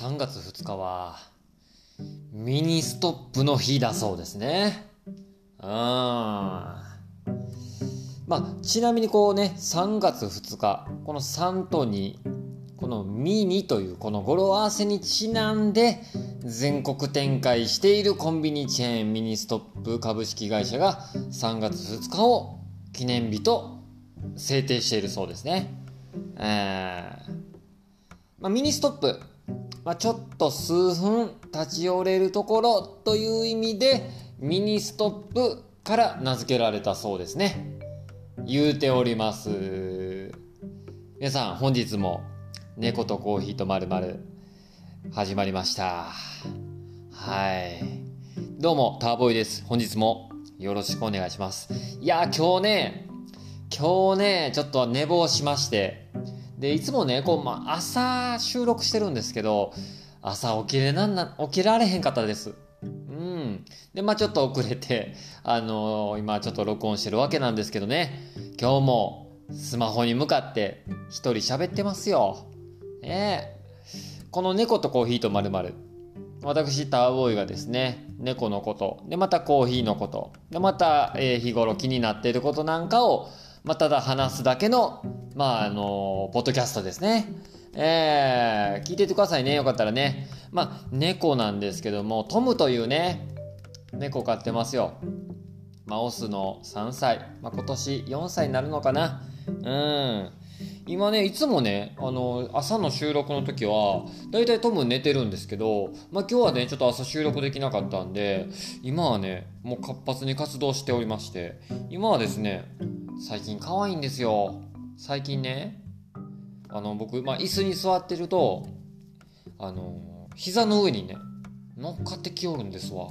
3月2日はミニストップの日だそうですね。ちなみに3月2日、この3と2、このミニというこの語呂合わせにちなんで全国展開しているコンビニチェーンミニストップ株式会社が3月2日を記念日と制定しているそうですね。ミニストップ、ちょっと数分立ち寄れるところという意味でミニストップから名付けられたそうですね。言うております。皆さん、本日も猫とコーヒーとまるまる始まりました。はい、どうもターボーイです。本日もよろしくお願いします。いや今日ねちょっと寝坊しまして、でいつもね朝収録してるんですけど、朝起きられへんかったです。でちょっと遅れて今ちょっと録音してるわけなんですけどね、今日もスマホに向かって一人喋ってますよ。この猫とコーヒーとまるまる、私ターボーイがですね、猫のことでまたコーヒーのことでまた、日頃気になっていることなんかをただ話すだけのポッドキャストですね。聞いててくださいね、よかったらね。猫なんですけども、トムというね猫飼ってますよ。オスの3歳、今年4歳になるのかな。今ねいつもね朝の収録の時はだいたいトム寝てるんですけど、今日はねちょっと朝収録できなかったんで、今はねもう活発に活動しておりまして、今はですね最近可愛いんですよ。最近ね僕椅子に座ってると膝の上にね乗っかってきおるんですわ。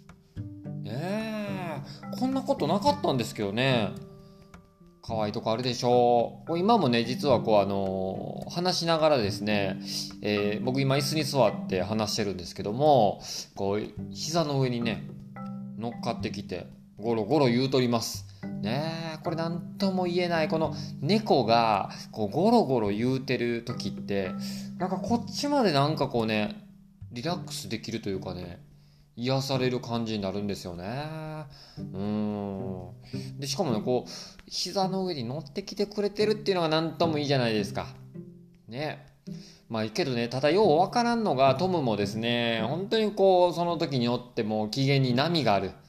こんなことなかったんですけどね。可愛いとこあるでしょう。今もね実は話しながらですね、僕今椅子に座って話してるんですけども、膝の上にね乗っかってきてゴロゴロ言うとりますね。これなんとも言えない、この猫がゴロゴロ言うてる時ってこっちまでリラックスできるというかね、癒される感じになるんですよね。でしかもね膝の上に乗ってきてくれてるっていうのがなんともいいじゃないですかね。けどね、ただようわからんのが、トムもですね本当にその時によっても機嫌に波がある。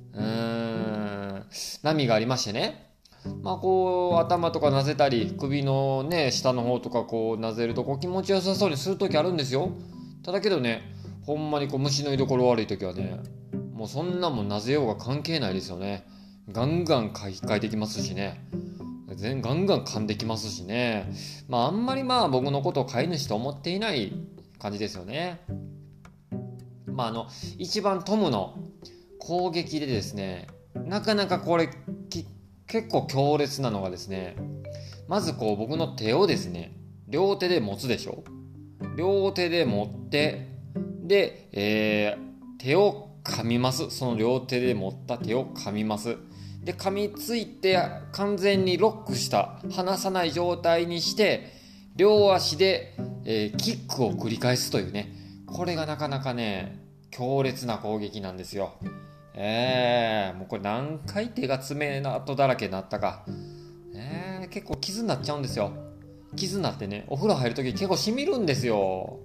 波がありましてね、頭とかなぜたり首のね下の方とかなぜると気持ちよさそうにする時あるんですよ。ただけどね、ほんまに虫の居所悪い時はね、もうそんなもんなぜようが関係ないですよね。ガンガン嗅いできますしね、ガンガン噛んできますしね。あんまり僕のことを飼い主と思っていない感じですよね。一番トムの攻撃でですね、なかなかこれ結構強烈なのがですね、まず僕の手をですね両手で持つでしょ。両手で持ってで、手を噛みます。その両手で持った手を噛みます。で噛みついて完全にロックした離さない状態にして両足で、キックを繰り返すというね、これがなかなかね強烈な攻撃なんですよ。もうこれ何回手が爪の跡だらけになったか、結構傷になっちゃうんですよ。傷になってね、お風呂入るとき結構しみるんですよ。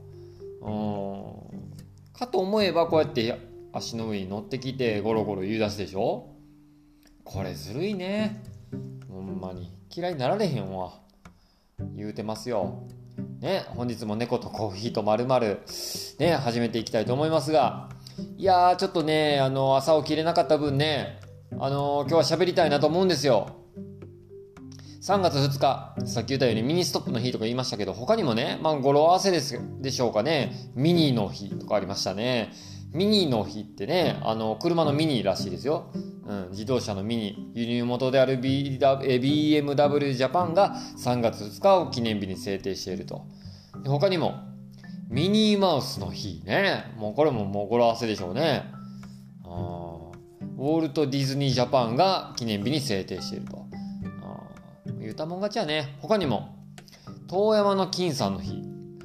かと思えばこうやって足の上に乗ってきてゴロゴロ言い出すでしょ。これずるいね、ほんまに嫌いになられへんわ言うてますよね。本日も猫とコーヒーとまるまるね始めていきたいと思いますが、いやちょっとね朝起きれなかった分ね今日は喋りたいなと思うんですよ。3月2日、さっき言ったようにミニストップの日とか言いましたけど、他にもね、語呂合わせでしょうかね、ミニの日とかありましたね。ミニの日ってね、車のミニらしいですよ。自動車のミニ、輸入元である BMW ジャパンが3月2日を記念日に制定していると。他にもミニーマウスの日ね、もうこれも語呂合わせでしょうね。ウォルト・ディズニー・ジャパンが記念日に制定していると。言うたもん勝ちやね。他にも遠山の金さんの日、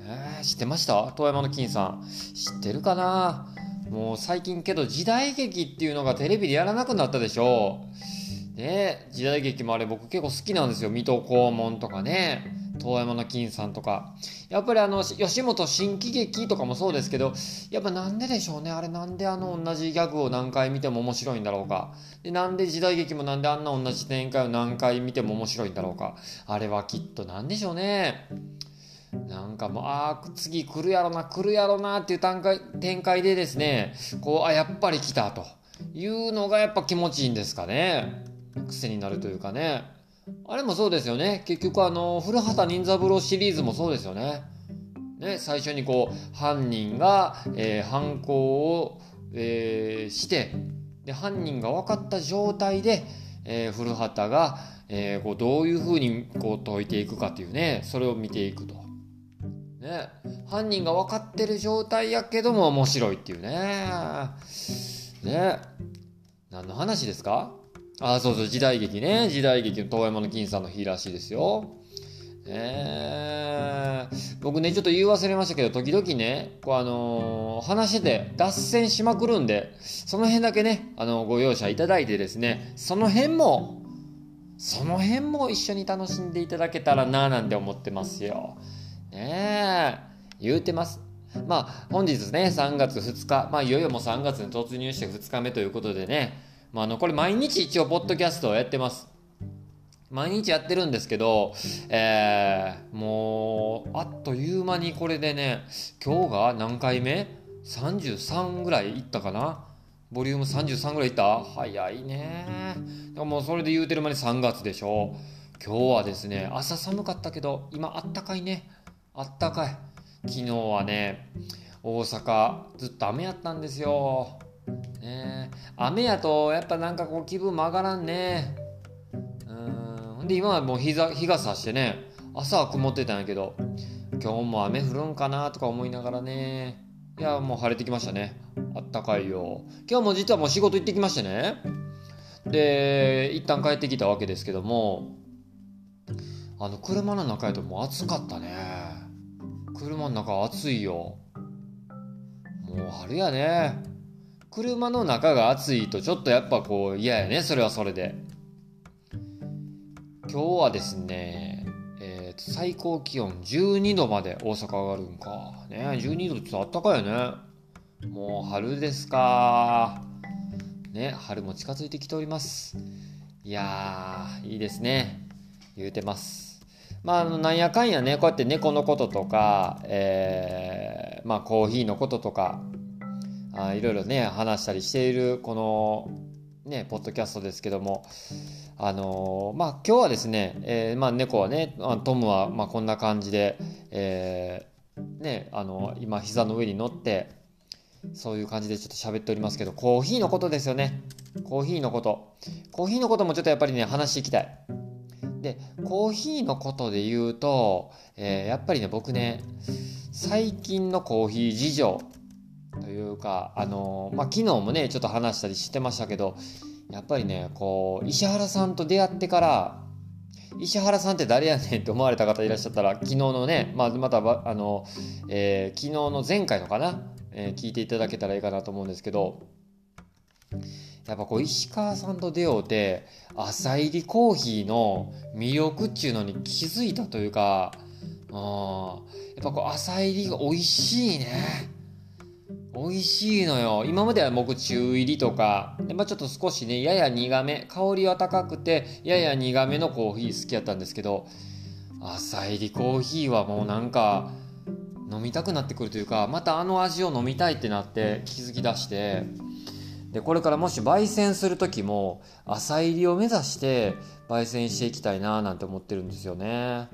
知ってました？遠山の金さん知ってるかな。もう最近けど時代劇っていうのがテレビでやらなくなったでしょ。ね、時代劇もあれ僕結構好きなんですよ。水戸黄門とかね、遠山の金さんとか。やっぱり吉本新喜劇とかもそうですけど、やっぱなんででしょうね。あれなんで同じギャグを何回見ても面白いんだろうか。で、なんで時代劇もなんであんな同じ展開を何回見ても面白いんだろうか。あれはきっとなんでしょうね。なんかもう、次来るやろな、来るやろなっていう展開でですね、こう、やっぱり来たというのがやっぱ気持ちいいんですかね。癖になるというかね。あれもそうですよね。結局古畑任三郎シリーズもそうですよね。ね、最初にこう、犯人が、犯行を、して、で、犯人が分かった状態で、古畑が、こうどういうふうにこう解いていくかっていうね、それを見ていくと。ね、犯人が分かってる状態やけども面白いっていうね。ね、何の話ですか？そうそう、時代劇ね。時代劇の遠山の金さんの日らしいですよ。僕ね、ちょっと言い忘れましたけど、時々ね、話してて脱線しまくるんで、その辺だけね、ご容赦いただいてですね、その辺も一緒に楽しんでいただけたらな、なんて思ってますよ。ねえ、言うてます。本日ね、3月2日、いよいよもう3月に突入して2日目ということでね、これ毎日一応、ポッドキャストをやってます。毎日やってるんですけど、もう、あっという間にこれでね、今日が何回目？ 33 ぐらいいったかな？ボリューム33ぐらいいった？早いね。もうそれで言うてる間に3月でしょ。今日はですね、朝寒かったけど、今あったかいね。あったかい。昨日はね、大阪ずっと雨やったんですよ。雨やとやっぱなんかこう気分も上がらんね。で今はもう日が差してね、朝は曇ってたんやけど、今日も雨降るんかなとか思いながらね。いやもう晴れてきましたね。あったかいよ。今日も実はもう仕事行ってきましてね。で一旦帰ってきたわけですけども、車の中やともう暑かったね。車の中暑いよ。もう春やね。車の中が暑いとちょっとやっぱこう嫌やね。それはそれで。今日はですね、最高気温12度まで大阪上がるんか。ね、12度ってあったかいよね。もう春ですか。ね、春も近づいてきております。いやー、いいですね。言うてます。なんやかんやね、こうやって猫のこととか、コーヒーのこととか、いろいろね、話したりしている、この、ね、ポッドキャストですけども、今日はですね、猫はね、トムは、こんな感じで、今、膝の上に乗って、そういう感じでちょっと喋っておりますけど、コーヒーのことですよね。コーヒーのこと。コーヒーのこともちょっとやっぱりね、話していきたい。で、コーヒーのことで言うと、やっぱりね、僕ね、最近のコーヒー事情というか、昨日もね、ちょっと話したりしてましたけど、やっぱりね、こう、石原さんと出会ってから、石原さんって誰やねんって思われた方いらっしゃったら、昨日のね、また、昨日の前回のかな、聞いていただけたらいいかなと思うんですけど、やっぱこう石川さんと出会うて朝入りコーヒーの魅力っていうのに気づいたというか、やっぱこう朝入りが美味しいね。美味しいのよ。今までは僕中入りとか、ちょっと少しねやや苦め、香りは高くてやや苦めのコーヒー好きやったんですけど、朝入りコーヒーはもうなんか飲みたくなってくるというか、また味を飲みたいってなって気づき出して、でこれからもし焙煎する時も浅入りを目指して焙煎していきたいななんて思ってるんですよね。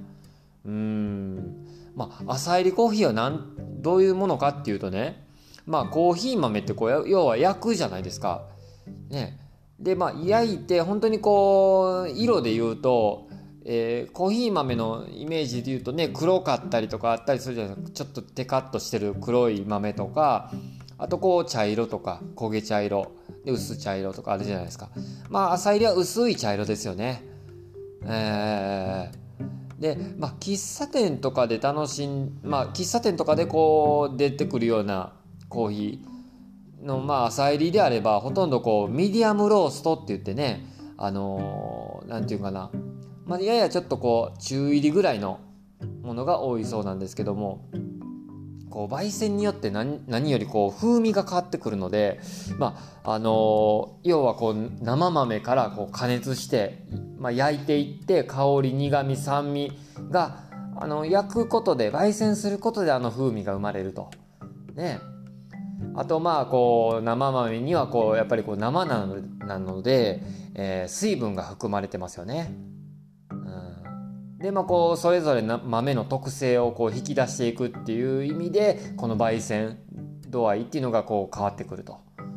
浅入りコーヒーはどういうものかっていうとね、コーヒー豆ってこう要は焼くじゃないですか。ね、で焼いて本当にこう色で言うと、コーヒー豆のイメージで言うとね、黒かったりとかあったりするじゃないですか。ちょっとテカッとしてる黒い豆とか、あとこう茶色とか焦げ茶色で薄茶色とかあるじゃないですか。浅入りは薄い茶色ですよね。 で、喫茶店とかで喫茶店とかでこう出てくるようなコーヒーの浅入りであればほとんどこうミディアムローストって言ってね、なんていうかな、ややちょっとこう中入りぐらいのものが多いそうなんですけども、こう焙煎によって何よりこう風味が変わってくるので、要はこう生豆からこう加熱して、焼いていって香り苦味酸味が焼くことで焙煎することで風味が生まれるとね。あとこう生豆にはこうやっぱりこう生なので、水分が含まれてますよね。でこうそれぞれ豆の特性をこう引き出していくっていう意味でこの焙煎度合いっていうのがこう変わってくると。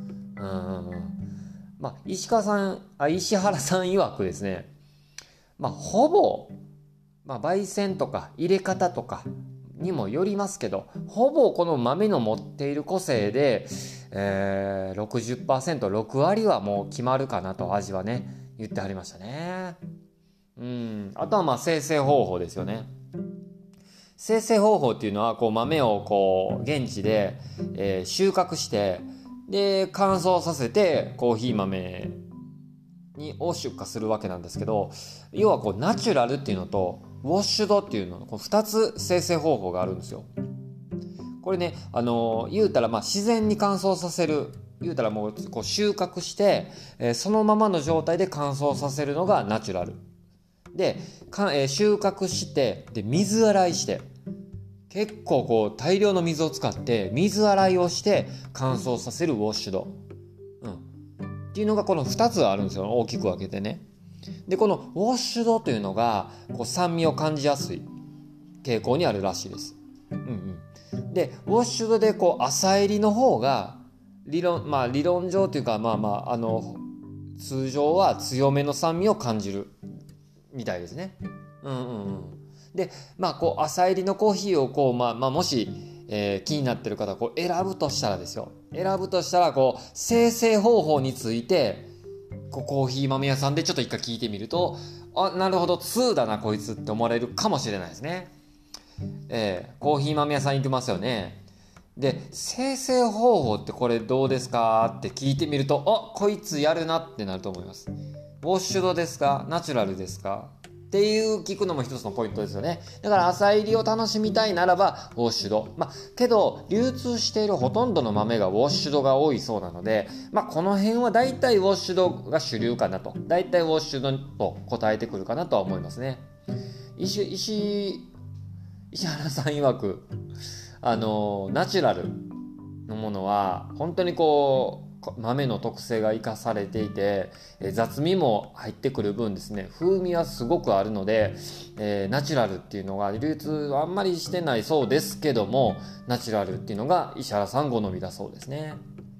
石原さん曰くですね、ほぼ、焙煎とか入れ方とかにもよりますけど、ほぼこの豆の持っている個性で、60%、6割はもう決まるかなと味はね言ってはりましたね。あとは精製方法ですよね。精製方法っていうのはこう豆をこう現地で、収穫してで乾燥させてコーヒー豆を出荷するわけなんですけど、要はこうナチュラルっていうのとウォッシュドっていうのこう2つ精製方法があるんですよ。これね、言うたら自然に乾燥させる、言うたらもうこう収穫して、そのままの状態で乾燥させるのがナチュラルで、収穫してで水洗いして結構こう大量の水を使って水洗いをして乾燥させるウォッシュド、っていうのがこの2つあるんですよ、大きく分けてね。でこのウォッシュドというのがこう酸味を感じやすい傾向にあるらしいです。でウォッシュドでこう浅入りの方が理論上というか通常は強めの酸味を感じるみたいですね。でこう浅入りのコーヒーをこうもし、気になってる方こう選ぶとしたらこう精製方法についてこうコーヒー豆屋さんでちょっと一回聞いてみると、なるほど通だなこいつって思われるかもしれないですね。コーヒー豆屋さん行きますよね。で精製方法ってこれどうですかって聞いてみると、こいつやるなってなると思います。ウォッシュドですか、ナチュラルですかっていう聞くのも一つのポイントですよね。だから浅入りを楽しみたいならばウォッシュド、けど流通しているほとんどの豆がウォッシュドが多いそうなので、この辺はだいたいウォッシュドが主流かなと、だいたいウォッシュドと答えてくるかなとは思いますね。石原さん曰くナチュラルのものは本当にこう豆の特性が生かされていて、雑味も入ってくる分ですね、風味はすごくあるので、ナチュラルっていうのが流通はあんまりしてないそうですけども、ナチュラルっていうのが石原さん好みだそうですね。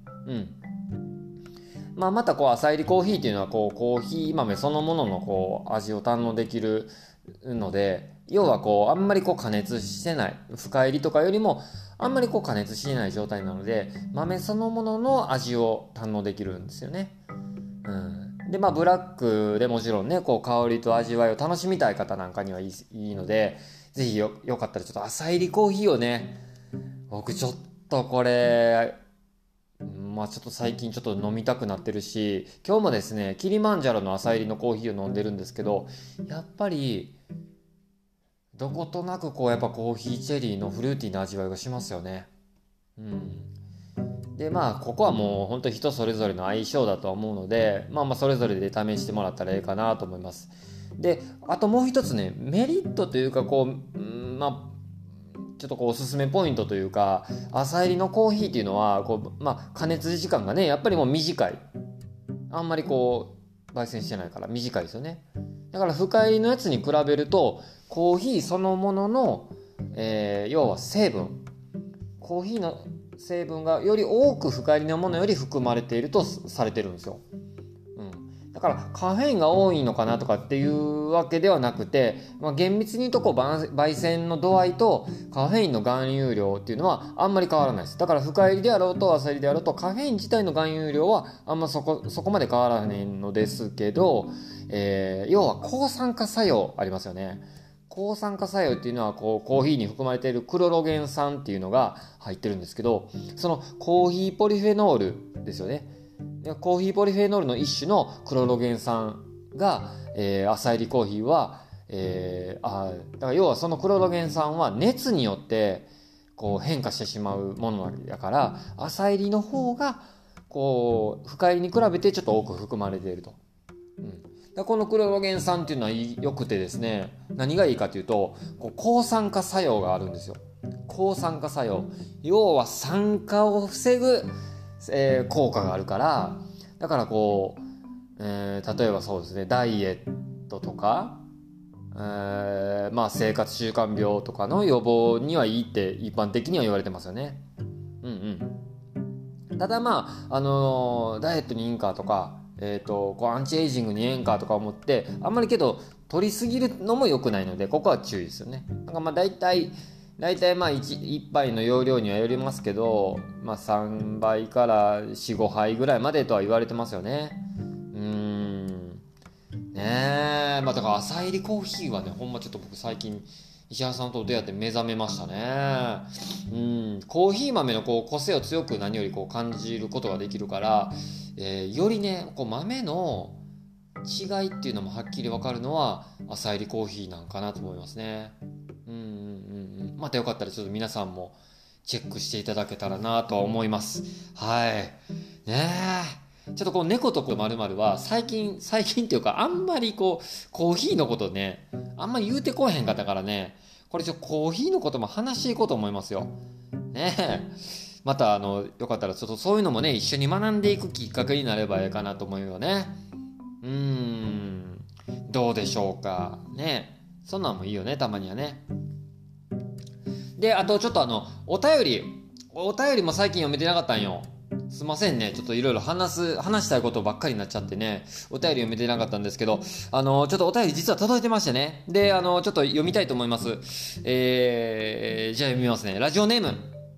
またこう浅入りコーヒーっていうのはこうコーヒー豆そのもののこう味を堪能できるので、要はこうあんまりこう加熱してない、深入りとかよりもあんまりこう加熱していない状態なので豆そのものの味を堪能できるんですよね。でブラックでもちろんねこう香りと味わいを楽しみたい方なんかにはいいので、ぜひよかったらちょっと浅入りコーヒーをね、僕ちょっとこれちょっと最近ちょっと飲みたくなってるし、今日もですねキリマンジャロの浅入りのコーヒーを飲んでるんですけど、やっぱりどことなくこうやっぱコーヒーチェリーのフルーティーな味わいがしますよね。でここはもう本当に人それぞれの相性だとは思うので、それぞれで試してもらったらいいかなと思います。であともう一つねメリットというかこうちょっとこうおすすめポイントというか、浅入りのコーヒーっていうのはこう、加熱時間がねやっぱりもう短い、あんまりこう焙煎してないから短いですよね。だから深入りのやつに比べるとコーヒーそのものの、要は成分、コーヒーの成分がより多く深入りのものより含まれているとされてるんですよ。だからカフェインが多いのかなとかっていうわけではなくて、厳密に言うとこう焙煎の度合いとカフェインの含有量っていうのはあんまり変わらないです。だから深入りであろうと浅入りであろうとカフェイン自体の含有量はあんまそこまで変わらないのですけど、要は抗酸化作用ありますよね。 抗酸化作用っていうのはコーヒーに含まれているクロロゲン酸っていうのが入ってるんですけど、そのコーヒーポリフェノールですよね。コーヒーポリフェノールの一種のクロロゲン酸が、朝入りコーヒーは、だから要はそのクロロゲン酸は熱によって変化してしまうものだから、朝入りの方が深入りに比べてちょっと多く含まれていると。このクロロゲン酸っていうのは良くてですね、何がいいかというと抗酸化作用があるんですよ。抗酸化作用、要は酸化を防ぐ、効果があるから、だから例えばそうですね、ダイエットとか、生活習慣病とかの予防にはいいって一般的には言われてますよね。ただダイエットにいいんかとか、アンチエイジングにええんかとか思ってあんまり取りすぎるのも良くないので、ここは注意ですよね。だいたい1杯の容量にはよりますけど、3杯から4、5杯ぐらいまでとは言われてますよね。だから朝入りコーヒーはね、ほんまちょっと僕最近石原さんと出会って目覚めましたね。コーヒー豆の個性を強く何より感じることができるから、よりね豆の違いっていうのもはっきり分かるのは朝入りコーヒーなんかなと思いますね。またよかったらちょっと皆さんもチェックしていただけたらなとは思います。ちょっと猫と〇〇は最近っていうか、あんまりコーヒーのことねあんまり言うてこへんかったからね、これコーヒーのことも話していこうと思いますよね。またよかったらちょっとそういうのもね一緒に学んでいくきっかけになればいいかなと思うよね。どうでしょうかね。そんなんもいいよね、たまにはね。で、あとちょっとお便りも最近読めてなかったんよ。すいませんね、ちょっといろいろ話したいことばっかりになっちゃってね、お便り読めてなかったんですけど、ちょっとお便り実は届いてましてね。で、ちょっと読みたいと思います。じゃあ読みますね。ラジオネーム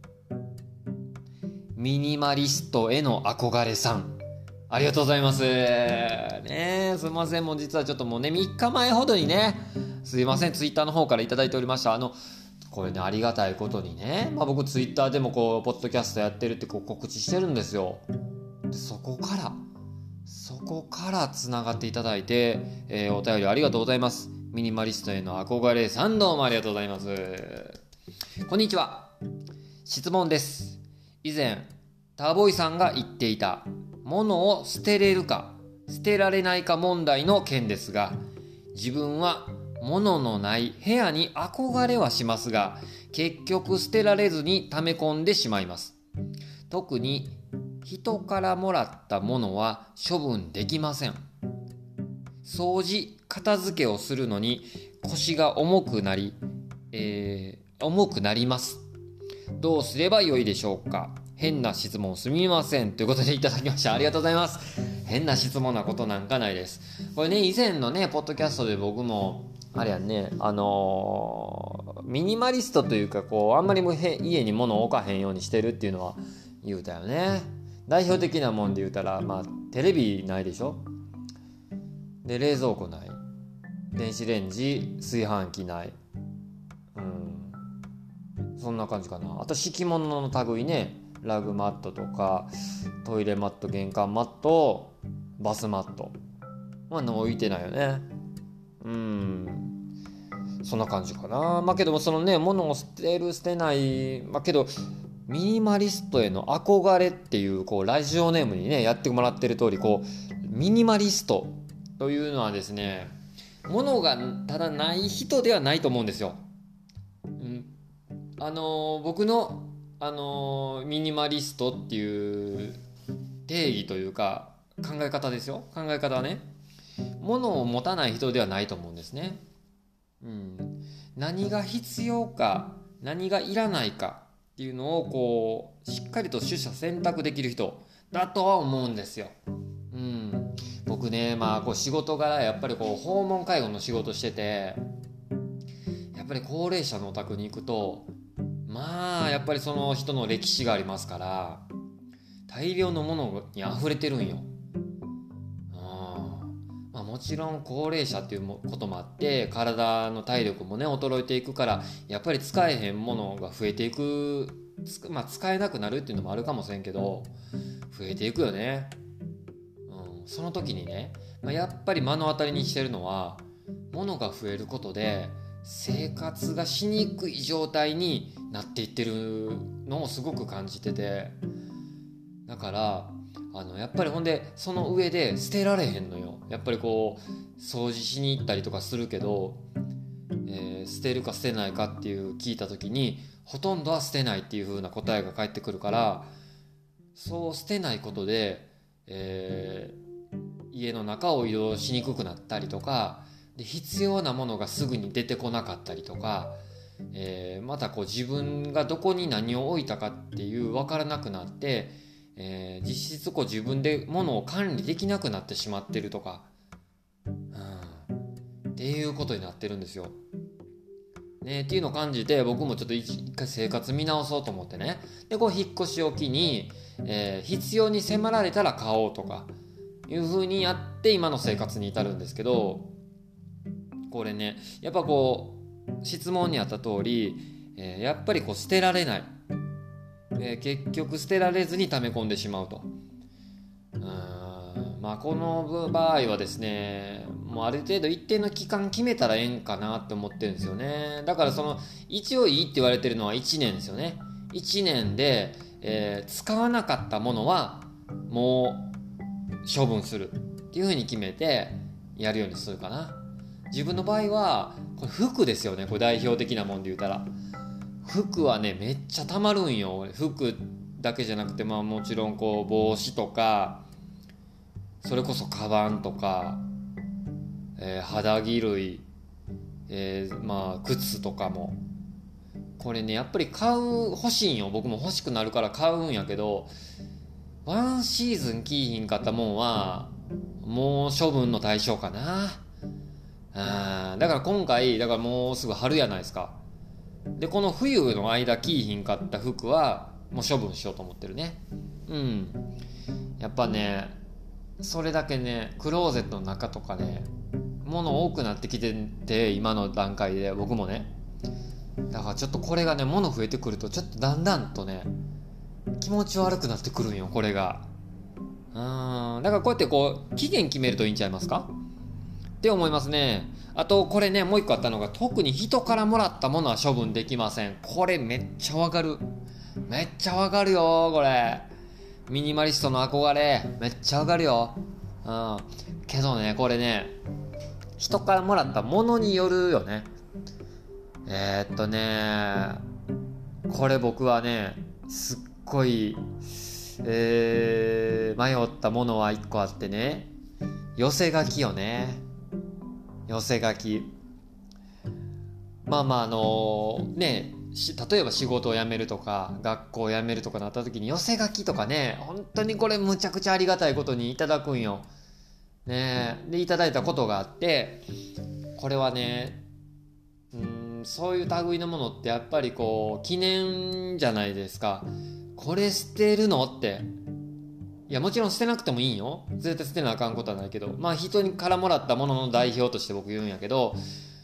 ミニマリストへの憧れさん、ありがとうございますね。すいません、もう実はちょっともうね3日前ほどにね、すいません、ツイッターの方からいただいておりました。これね、ありがたいことにね、僕ツイッターでもポッドキャストやってるって告知してるんですよ。でそこからつながっていただいて、お便りありがとうございます。ミニマリストへの憧れさん、どうもありがとうございます。こんにちは。質問です。以前ターボーイさんが言っていた物を捨てれるか捨てられないか問題の件ですが、自分は物のない部屋に憧れはしますが、結局捨てられずに溜め込んでしまいます。特に人からもらったものは処分できません。掃除片付けをするのに腰が重くなります。どうすればよいでしょうか。変な質問すみません、ということでいただきました。ありがとうございます。変な質問なことなんかないです。これね、以前のねポッドキャストで僕もあれやんね、ミニマリストというかあんまり家に物を置かへんようにしてるっていうのは言うたよね。代表的なもんで言うたら、テレビないでしょ。で冷蔵庫ない、電子レンジ炊飯器ない、そんな感じかな。あと敷物の類ね、ラグマットとかトイレマット、玄関マット、バスマット置いてないよね。そんな感じかな。けどもそのね、物を捨てる捨てない、けどミニマリストへの憧れっていうラジオネームにねやってもらってる通り、ミニマリストというのはですね、物がただない人ではないと思うんですよ。僕のミニマリストっていう定義というか考え方ですよ。考え方はね、物を持たない人ではないと思うんですね。何が必要か何がいらないかっていうのをしっかりと取捨選択できる人だとは思うんですよ。僕ね、仕事柄やっぱり訪問介護の仕事してて、やっぱり高齢者のお宅に行くとやっぱりその人の歴史がありますから大量のものに溢れてるんよ。ももちろん高齢者っていうこともあって体の体力もね衰えていくからやっぱり使えへんものが増えていく、使えなくなるっていうのもあるかもしれんけど増えていくよね。その時にね、やっぱり目の当たりにしてるのは物が増えることで生活がしにくい状態になっていってるのをすごく感じてて、だからやっぱりほんでその上で捨てられへんのよ。やっぱりこう掃除しに行ったりとかするけど、捨てるか捨てないかっていう聞いた時にほとんどは捨てないっていう風な答えが返ってくるから、そう捨てないことで、家の中を移動しにくくなったりとかで必要なものがすぐに出てこなかったりとか、またこう自分がどこに何を置いたかっていう分からなくなって、実質こう自分で物を管理できなくなってしまってるとか、っていうことになってるんですよ。ね、っていうのを感じて僕もちょっと一回生活見直そうと思ってね、でこう引っ越しを機に、必要に迫られたら買おうとかいう風にやって今の生活に至るんですけど、これねやっぱこう質問にあった通り、やっぱりこう捨てられない、結局捨てられずに溜め込んでしまうと。この場合はですねもうある程度一定の期間決めたらええんかなって思ってるんですよね。だからその一応いいって言われてるのは1年ですよね。1年で、使わなかったものはもう処分するっていう風に決めてやるようにするかな。自分の場合はこれ服ですよね。これ代表的なもんで言うたら服はねめっちゃたまるんよ。服だけじゃなくてもちろんこう帽子とかそれこそカバンとか、肌着類、靴とかもこれねやっぱり欲しいんよ。僕も欲しくなるから買うんやけどワンシーズン着いひんかったもんはもう処分の対象かな。だから今回だからもうすぐ春やないですか。でこの冬の間着いひんかった服はもう処分しようと思ってるね。やっぱねそれだけねクローゼットの中とかね物多くなってきてて今の段階で僕もね、だからちょっとこれがね物増えてくるとちょっとだんだんとね気持ち悪くなってくるんよこれが。だからこうやってこう期限決めるといいんちゃいますかって思いますね。あとこれねもう一個あったのが特に人からもらったものは処分できません。これめっちゃわかる。めっちゃわかるよこれ。ミニマリストの憧れめっちゃわかるよ。けどねこれね人からもらったものによるよね。これ僕はねすっごい、迷ったものは一個あってね、寄せ書きよね。寄せ書き例えば仕事を辞めるとか学校を辞めるとかなった時に寄せ書きとかね本当にこれむちゃくちゃありがたいことにいただくんよ。でいただいたことがあってこれはねそういう類のものってやっぱりこう記念じゃないですか。これ捨てるのっていやもちろん捨てなくてもいいんよ。絶対捨てなあかんことはないけど人にからもらったものの代表として僕言うんやけど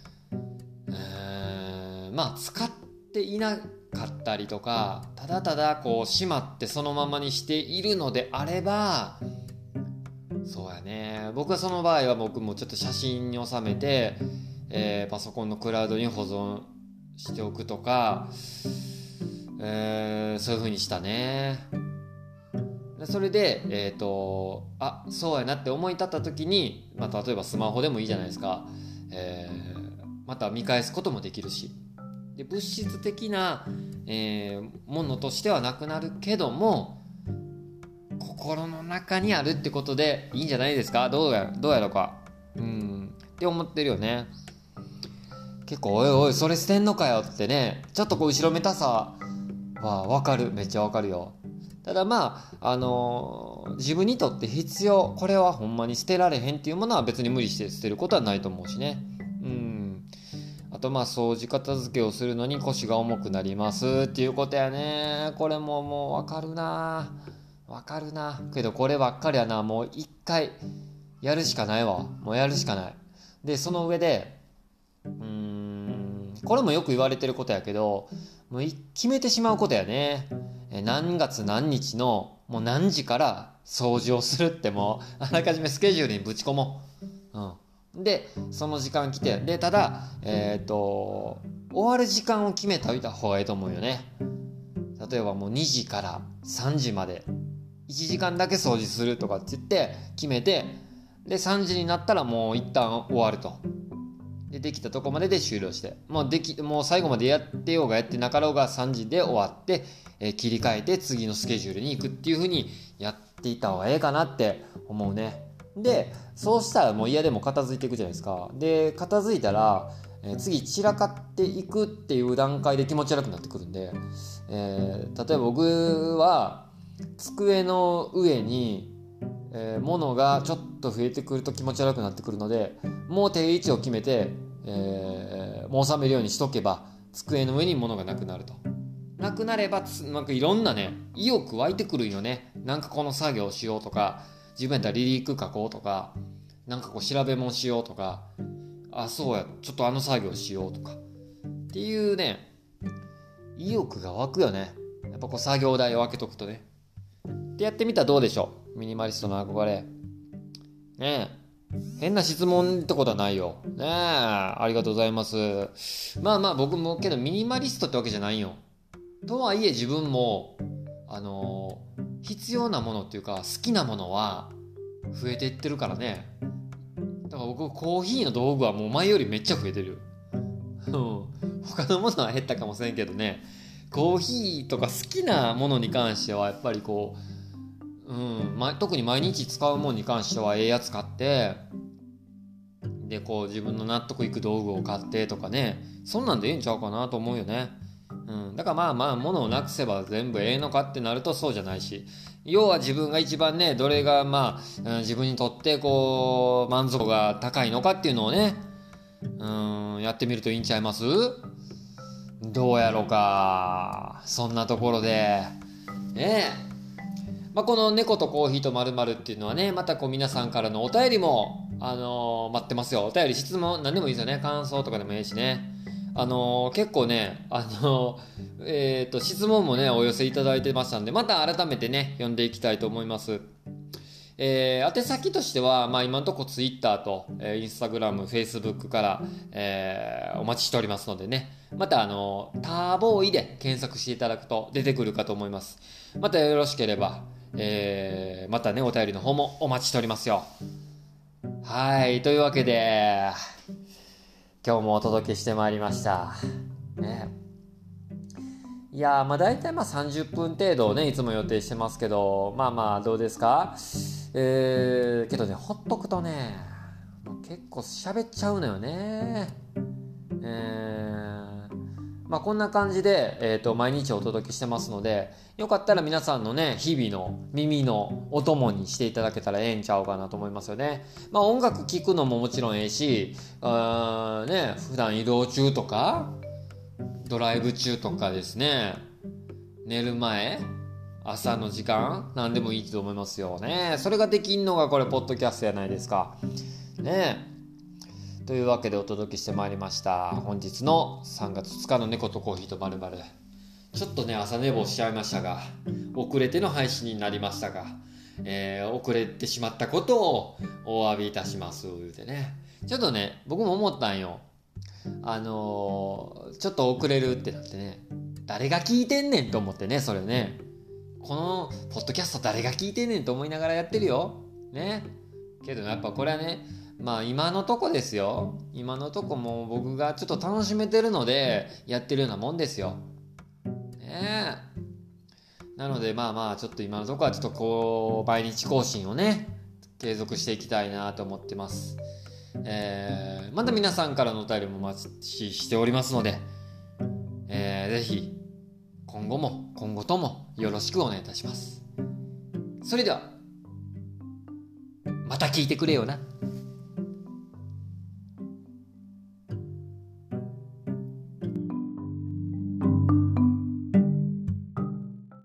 使っていなかったりとかただただこうしまってそのままにしているのであればそうやね僕はその場合は僕もちょっと写真に収めて、パソコンのクラウドに保存しておくとか、そういう風にしたね。それでそうやなって思い立った時に、例えばスマホでもいいじゃないですか、また見返すこともできるしで物質的な、ものとしてはなくなるけども心の中にあるってことでいいんじゃないですか。どうやろうかって思ってるよね。結構おいおいそれ捨てんのかよってねちょっとこう後ろめたさはわかる。めっちゃわかるよ。ただ自分にとって必要これはほんまに捨てられへんっていうものは別に無理して捨てることはないと思うしね。あと掃除片付けをするのに腰が重くなりますっていうことやね。これもうわかるなけどこればっかりはなもう一回やるしかないわ。もうやるしかない。で、その上で、これもよく言われてることやけど、もう決めてしまうことやね。何月何日のもう何時から掃除をするってもうあらかじめスケジュールにぶち込もう。で、その時間来て、で、ただ、終わる時間を決めておいた方がいいと思うよね。例えばもう2時から3時まで1時間だけ掃除するとかって言って決めて、で3時になったらもう一旦終わると。できたとこまでで終了して、もう最後までやってようがやってなかろうが3時で終わって、切り替えて次のスケジュールに行くっていう風にやっていった方がええかなって思うね。で、そうしたらもう嫌でも片付いていくじゃないですか。で、片付いたら、次散らかっていくっていう段階で気持ち悪くなってくるんで、例えば僕は机の上に、物がちょっと増えてくると気持ち悪くなってくるので、もう定位置を決めて、もう収めるようにしとけば机の上に物がなくなると。なくなればなんかいろんなね意欲湧いてくるんよね。なんかこの作業をしようとか、自分やったらリリック書こうとか、なんかこう調べ物しようとか、あ、そうや、ちょっとあの作業しようとかっていうね、意欲が湧くよね。やっぱこう作業台を分けとくとね。で、やってみたらどうでしょう。ミニマリストの憧れ。ねえ。変な質問ってことはないよ。ねえ。ありがとうございます。まあまあ僕もけどミニマリストってわけじゃないよ。とはいえ自分も、必要なものっていうか好きなものは増えていってるからね。だから僕コーヒーの道具はもう前よりめっちゃ増えてる。他のものは減ったかもしれんけどね。コーヒーとか好きなものに関してはやっぱりこう、特に毎日使うものに関してはええやつ買って、でこう自分の納得いく道具を買ってとかね、そんなんでええんちゃうかなと思うよね。だからまあまあ物をなくせば全部ええのかってなるとそうじゃないし、要は自分が一番ねどれが自分にとってこう満足が高いのかっていうのをね、やってみるといいんちゃいます？どうやろうか。そんなところでねえ、この猫とコーヒーと〇〇っていうのはね、またこう皆さんからのお便りも、待ってますよ。お便り、質問、何でもいいですよね。感想とかでもいいしね。結構ね、質問もね、お寄せいただいてましたんで、また改めてね、読んでいきたいと思います。宛先としては、今のところ Twitter と、Instagram、Facebook から、お待ちしておりますのでね、またターボーイで検索していただくと出てくるかと思います。またよろしければ、またねお便りの方もお待ちしておりますよ。はい、というわけで今日もお届けしてまいりましたね。いや大体30分程度ねいつも予定してますけど、どうですか？けどね、ほっとくとね結構喋っちゃうのよね。こんな感じで、毎日お届けしてますので、よかったら皆さんのね日々の耳のお供にしていただけたらええんちゃうかなと思いますよね。音楽聴くのももちろんええし、普段移動中とかドライブ中とかですね、寝る前、朝の時間、何でもいいと思いますよね。それができんのがこれポッドキャストやないですかね。というわけでお届けしてまいりました。本日の3月2日の猫とコーヒーと〇〇、ちょっとね朝寝坊しちゃいましたが、遅れての配信になりましたが、遅れてしまったことをお詫びいたします言うてね。ちょっとね僕も思ったんよ。ちょっと遅れるってなってね、誰が聞いてんねんと思ってね、それね、このポッドキャスト誰が聞いてんねんと思いながらやってるよね。けどやっぱこれはね、今のとこですよ。今のとこも僕がちょっと楽しめてるのでやってるようなもんですよね。なのでちょっと今のとこはちょっとこう毎日更新をね継続していきたいなと思ってます。また皆さんからのお便りもお待ちしておりますので、ぜひ今後ともよろしくお願いいたします。それではまた聞いてくれよな。